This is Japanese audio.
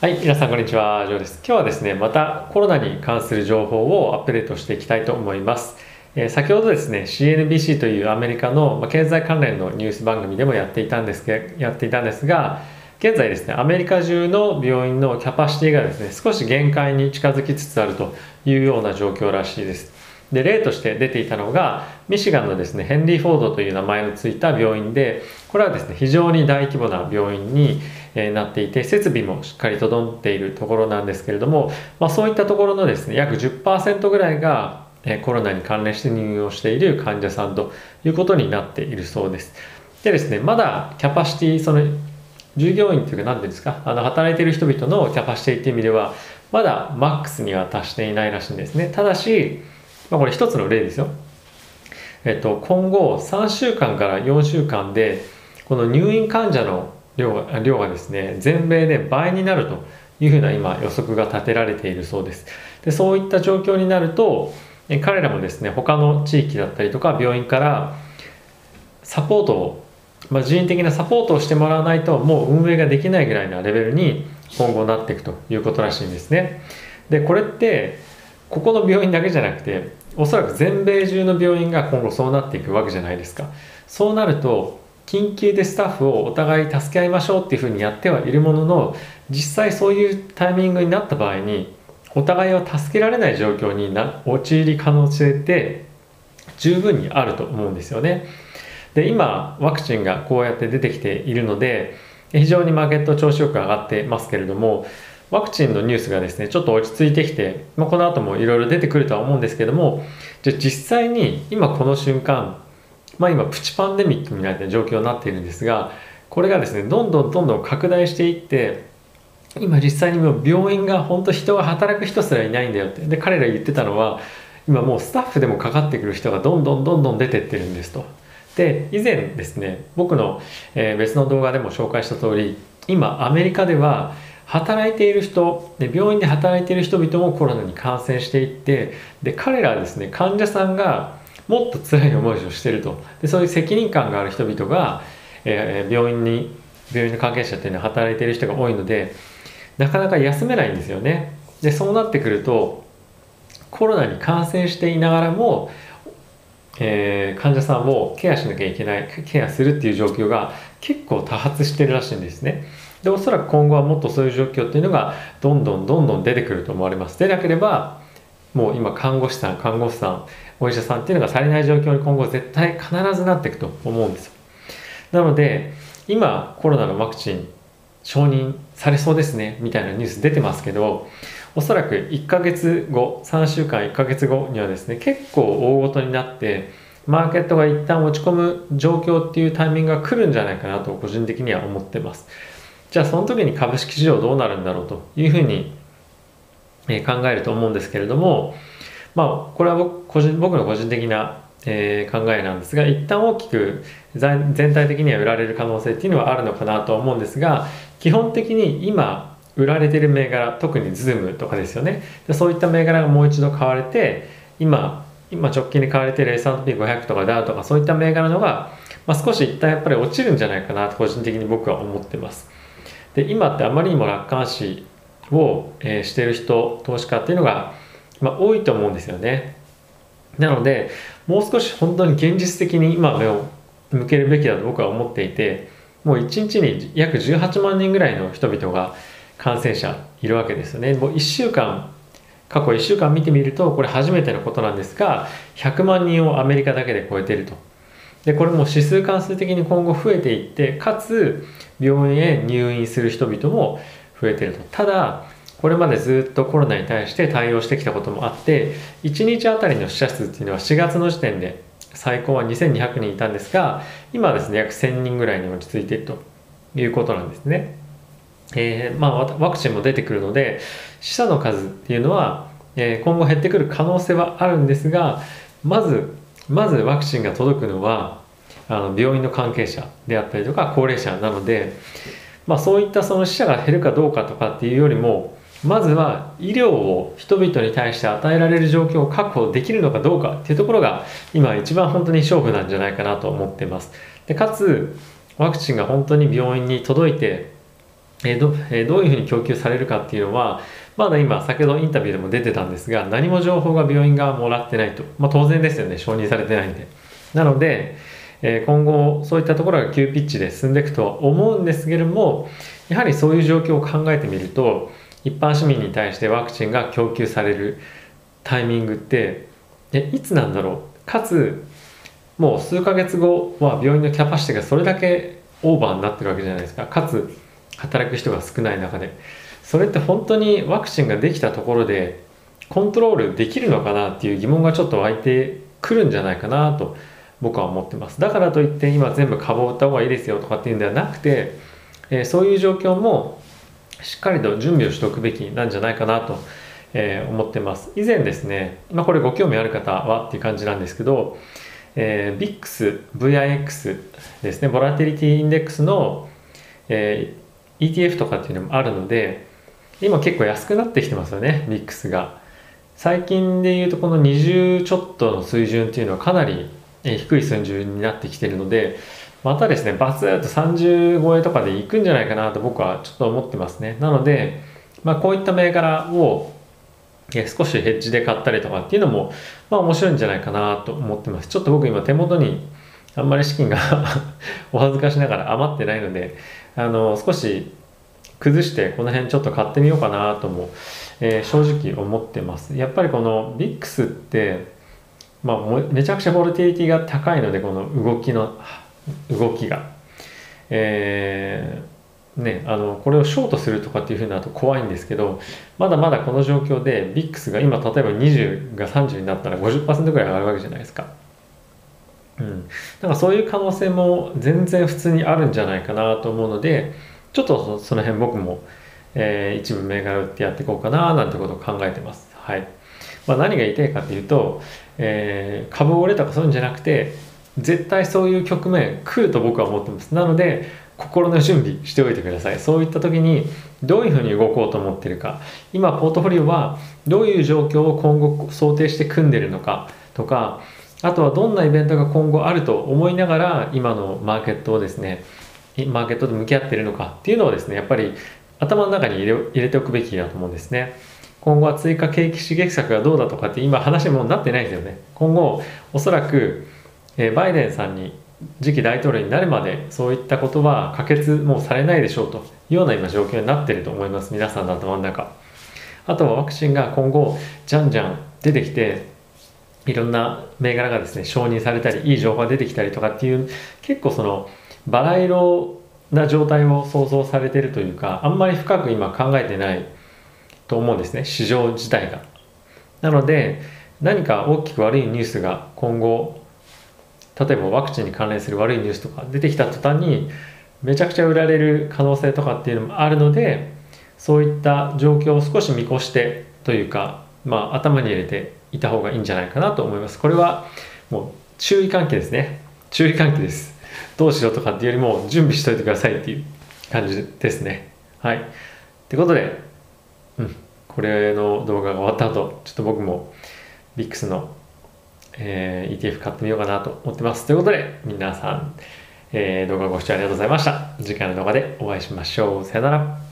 はい、皆さんこんにちは、ジョーです。今日はですね、またコロナに関する情報をアップデートしていきたいと思います。先ほどですね、CNBC というアメリカの経済関連のニュース番組でもやっていたんですが、現在ですね、アメリカ中の病院のキャパシティがですね、少し限界に近づきつつあるというような状況らしいです。で、例として出ていたのが、ミシガンのですね、ヘンリー・フォードという名前のついた病院で、これはですね、非常に大規模な病院になっていて、設備もしっかり整っているところなんですけれども、そういったところのですね、約10%ぐらいがコロナに関連して入院をしている患者さんということになっているそうです。でですね、まだキャパシティ、従業員というか何ていうんですか、働いている人々のキャパシティという意味では、まだマックスには達していないらしいんですね。ただし、これ一つの例ですよ。今後3週間から4週間で、この入院患者の量がですね、全米で倍になるというふうな今予測が立てられているそうです。で、そういった状況になると、彼らもですね、他の地域だったりとか病院からサポートを、人員的なサポートをしてもらわないともう運営ができないぐらいなレベルに今後なっていくということらしいんですね。で、これってここの病院だけじゃなくて、おそらく全米中の病院が今後そうなっていくわけじゃないですか。そうなると緊急でスタッフをお互い助け合いましょうっていうふうにやってはいるものの、実際そういうタイミングになった場合にお互いを助けられない状況に陥り可能性って十分にあると思うんですよね。で、今ワクチンがこうやって出てきているので、非常にマーケット調子よく上がってますけれども、ワクチンのニュースがですねちょっと落ち着いてきて、この後もいろいろ出てくるとは思うんですけども、じゃあ実際に今この瞬間、今プチパンデミックみたいな状況になっているんですが、これがですねどんどん拡大していって、今実際にもう病院が本当人が働く人すらいないんだよって。で、彼ら言ってたのは、今もうスタッフでもかかってくる人がどんどん出てってるんですと。で、以前ですね、僕の別の動画でも紹介した通り、今アメリカでは働いている人で、病院で働いている人々もコロナに感染していって、で彼らはですね、患者さんがもっと辛い思いをしていると。で、そういう責任感がある人々が、病院の関係者っていうのは働いている人が多いので、なかなか休めないんですよね。で、そうなってくるとコロナに感染していながらも、患者さんをケアしなきゃいけない、ケアするっていう状況が結構多発してるらしいんですね。で、おそらく今後はもっとそういう状況っていうのがどんどん出てくると思われます。でなければ、もう今看護師さん、お医者さんっていうのが足りない状況に今後絶対必ずなっていくと思うんですよ。なので、今コロナのワクチン承認されそうですねみたいなニュース出てますけど、おそらく1ヶ月後、3週間1ヶ月後にはですね、結構大ごとになってマーケットが一旦落ち込む状況っていうタイミングが来るんじゃないかなと個人的には思ってます。じゃあその時に株式市場どうなるんだろうというふうに考えると思うんですけれども、これは僕の個人的な考えなんですが、一旦大きく全体的には売られる可能性っていうのはあるのかなとは思うんですが、基本的に今売られている銘柄、特にズームとかですよね。で、そういった銘柄がもう一度買われて、今直近で買われている S&P500 とかダウとかそういった銘柄のが、少し一旦やっぱり落ちるんじゃないかなと個人的に僕は思ってます。で、今ってあまりにも楽観視を、している人、投資家っていうのが、多いと思うんですよね。なので、もう少し本当に現実的に今目を向けるべきだと僕は思っていて、もう1日に約18万人ぐらいの人々が感染者いるわけですよね。もう過去1週間見てみると、これ初めてのことなんですが、100万人をアメリカだけで超えていると。で、これも指数関数的に今後増えていって、かつ病院へ入院する人々も増えていると。ただ、これまでずっとコロナに対して対応してきたこともあって、1日あたりの死者数っていうのは4月の時点で最高は2200人いたんですが、今はですね、約1000人ぐらいに落ち着いているということなんですね。ワクチンも出てくるので、死者の数っていうのは、今後減ってくる可能性はあるんですが、まずワクチンが届くのは病院の関係者であったりとか高齢者なので、そういったその死者が減るかどうかとかっていうよりも、まずは医療を人々に対して与えられる状況を確保できるのかどうかっていうところが今一番本当に勝負なんじゃないかなと思っています。で、かつワクチンが本当に病院に届いて、 どういうふうに供給されるかっていうのは、まだ今、先ほどインタビューでも出てたんですが、何も情報が病院がもらってないと。当然ですよね、承認されてないんで。なので、今後、そういったところが急ピッチで進んでいくとは思うんですけれども、やはりそういう状況を考えてみると、一般市民に対してワクチンが供給されるタイミングって、いつなんだろう。かつ、もう数ヶ月後は病院のキャパシティがそれだけオーバーになってるわけじゃないですか。かつ働く人が少ない中で、それって本当にワクチンができたところでコントロールできるのかなっていう疑問がちょっと湧いてくるんじゃないかなと僕は思ってます。だからといって今全部株を売った方がいいですよとかっていうんではなくて、そういう状況もしっかりと準備をしておくべきなんじゃないかなと、思ってます。以前ですね、これご興味ある方はっていう感じなんですけど、VIX、VIX ですね、ボラティリティインデックスの、ETF とかっていうのもあるので、今結構安くなってきてますよね、VIX が。最近で言うとこの20ちょっとの水準っていうのはかなり低い水準になってきているので、またですね、バツッと30超えとかでいくんじゃないかなと僕はちょっと思ってますね。なので、こういった銘柄を少しヘッジで買ったりとかっていうのも、面白いんじゃないかなと思ってます。ちょっと僕今手元にあんまり資金がお恥ずかしながら余ってないので、少し崩してこの辺ちょっと買ってみようかなとも、正直思ってます。やっぱりこの VIX って、めちゃくちゃボラティリティが高いので、この動きが。これをショートするとかっていうふうになると怖いんですけど、まだまだこの状況で VIX が今例えば20が30になったら 50% ぐらい上がるわけじゃないですか。そういう可能性も全然普通にあるんじゃないかなと思うので、ちょっとその辺僕も、一部銘柄売ってやっていこうかななんてことを考えてます。はい。何が言いたいかっていうと、株を売れとかそういうんじゃなくて、絶対そういう局面来ると僕は思ってます。なので心の準備しておいてください。そういった時にどういうふうに動こうと思ってるか、今ポートフォリオはどういう状況を今後想定して組んでるのかとか、あとはどんなイベントが今後あると思いながら今のマーケットをですね、マーケットと向き合っているのかっていうのをですね、やっぱり頭の中に入れておくべきだと思うんですね。今後は追加景気刺激策がどうだとかって今話もなってないんですよね。今後おそらくバイデンさんに次期大統領になるまでそういったことは可決もうされないでしょうというような今状況になっていると思います。皆さんの頭の中。あとはワクチンが今後じゃんじゃん出てきて、いろんな銘柄がですね承認されたりいい情報が出てきたりとかっていう、結構そのバラ色な状態を想像されているというか、あんまり深く今考えてないと思うんですね、市場自体が。なので何か大きく悪いニュースが今後、例えばワクチンに関連する悪いニュースとか出てきた途端にめちゃくちゃ売られる可能性とかっていうのもあるので、そういった状況を少し見越してというか、頭に入れていた方がいいんじゃないかなと思います。これはもう注意喚起ですね。注意喚起です。どうしようとかっていうよりも準備しといてくださいっていう感じですね。はい。ってことで、これの動画が終わった後、ちょっと僕も VIX の、ETF 買ってみようかなと思ってます。ということで、皆さん、動画ご視聴ありがとうございました。次回の動画でお会いしましょう。さよなら。